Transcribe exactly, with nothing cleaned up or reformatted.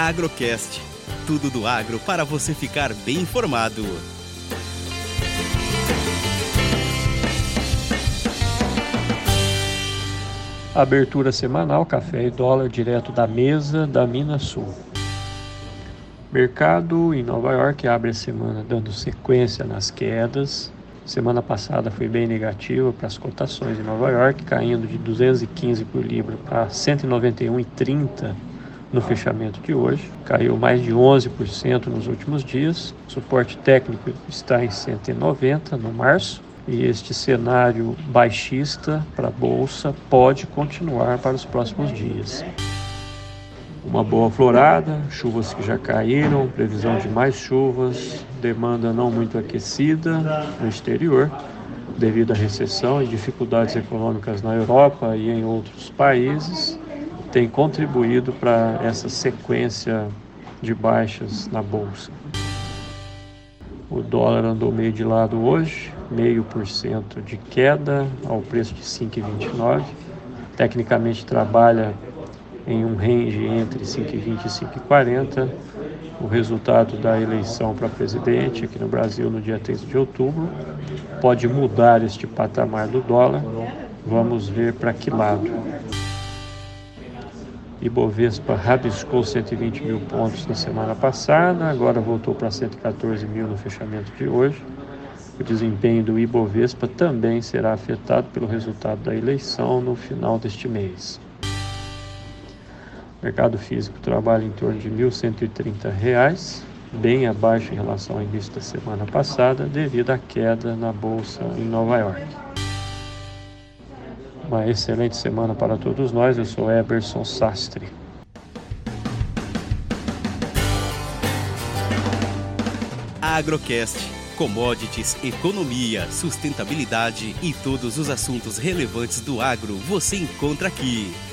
Agrocast, tudo do agro para você ficar bem informado. Abertura semanal, café e dólar direto da mesa da Minasul. Mercado em Nova York abre a semana dando sequência nas quedas. Semana passada foi bem negativa para as cotações em Nova York, caindo de duzentos e quinze por libra para cento e noventa e um vírgula trinta no fechamento de hoje. Caiu mais de onze por cento nos últimos dias. O suporte técnico está em cento e noventa no março. E este cenário baixista para a Bolsa pode continuar para os próximos dias. Uma boa florada, chuvas que já caíram, previsão de mais chuvas, demanda não muito aquecida no exterior, devido à recessão e dificuldades econômicas na Europa e em outros países, tem contribuído para essa sequência de baixas na Bolsa. O dólar andou meio de lado hoje, meio por cento de queda ao preço de cinco vírgula vinte e nove. Tecnicamente trabalha em um range entre cinco vírgula vinte e cinco vírgula quarenta. O resultado da eleição para presidente aqui no Brasil no dia treze de outubro pode mudar este patamar do dólar. Vamos ver para que lado. Ibovespa rabiscou cento e vinte mil pontos na semana passada, agora voltou para cento e quatorze mil no fechamento de hoje. O desempenho do Ibovespa também será afetado pelo resultado da eleição no final deste mês. O mercado físico trabalha em torno de mil cento e trinta reais, bem abaixo em relação ao início da semana passada, devido à queda na Bolsa em Nova York. Uma excelente semana para todos nós. Eu sou Eberson Sastre. Agrocast, commodities, economia, sustentabilidade e todos os assuntos relevantes do agro você encontra aqui.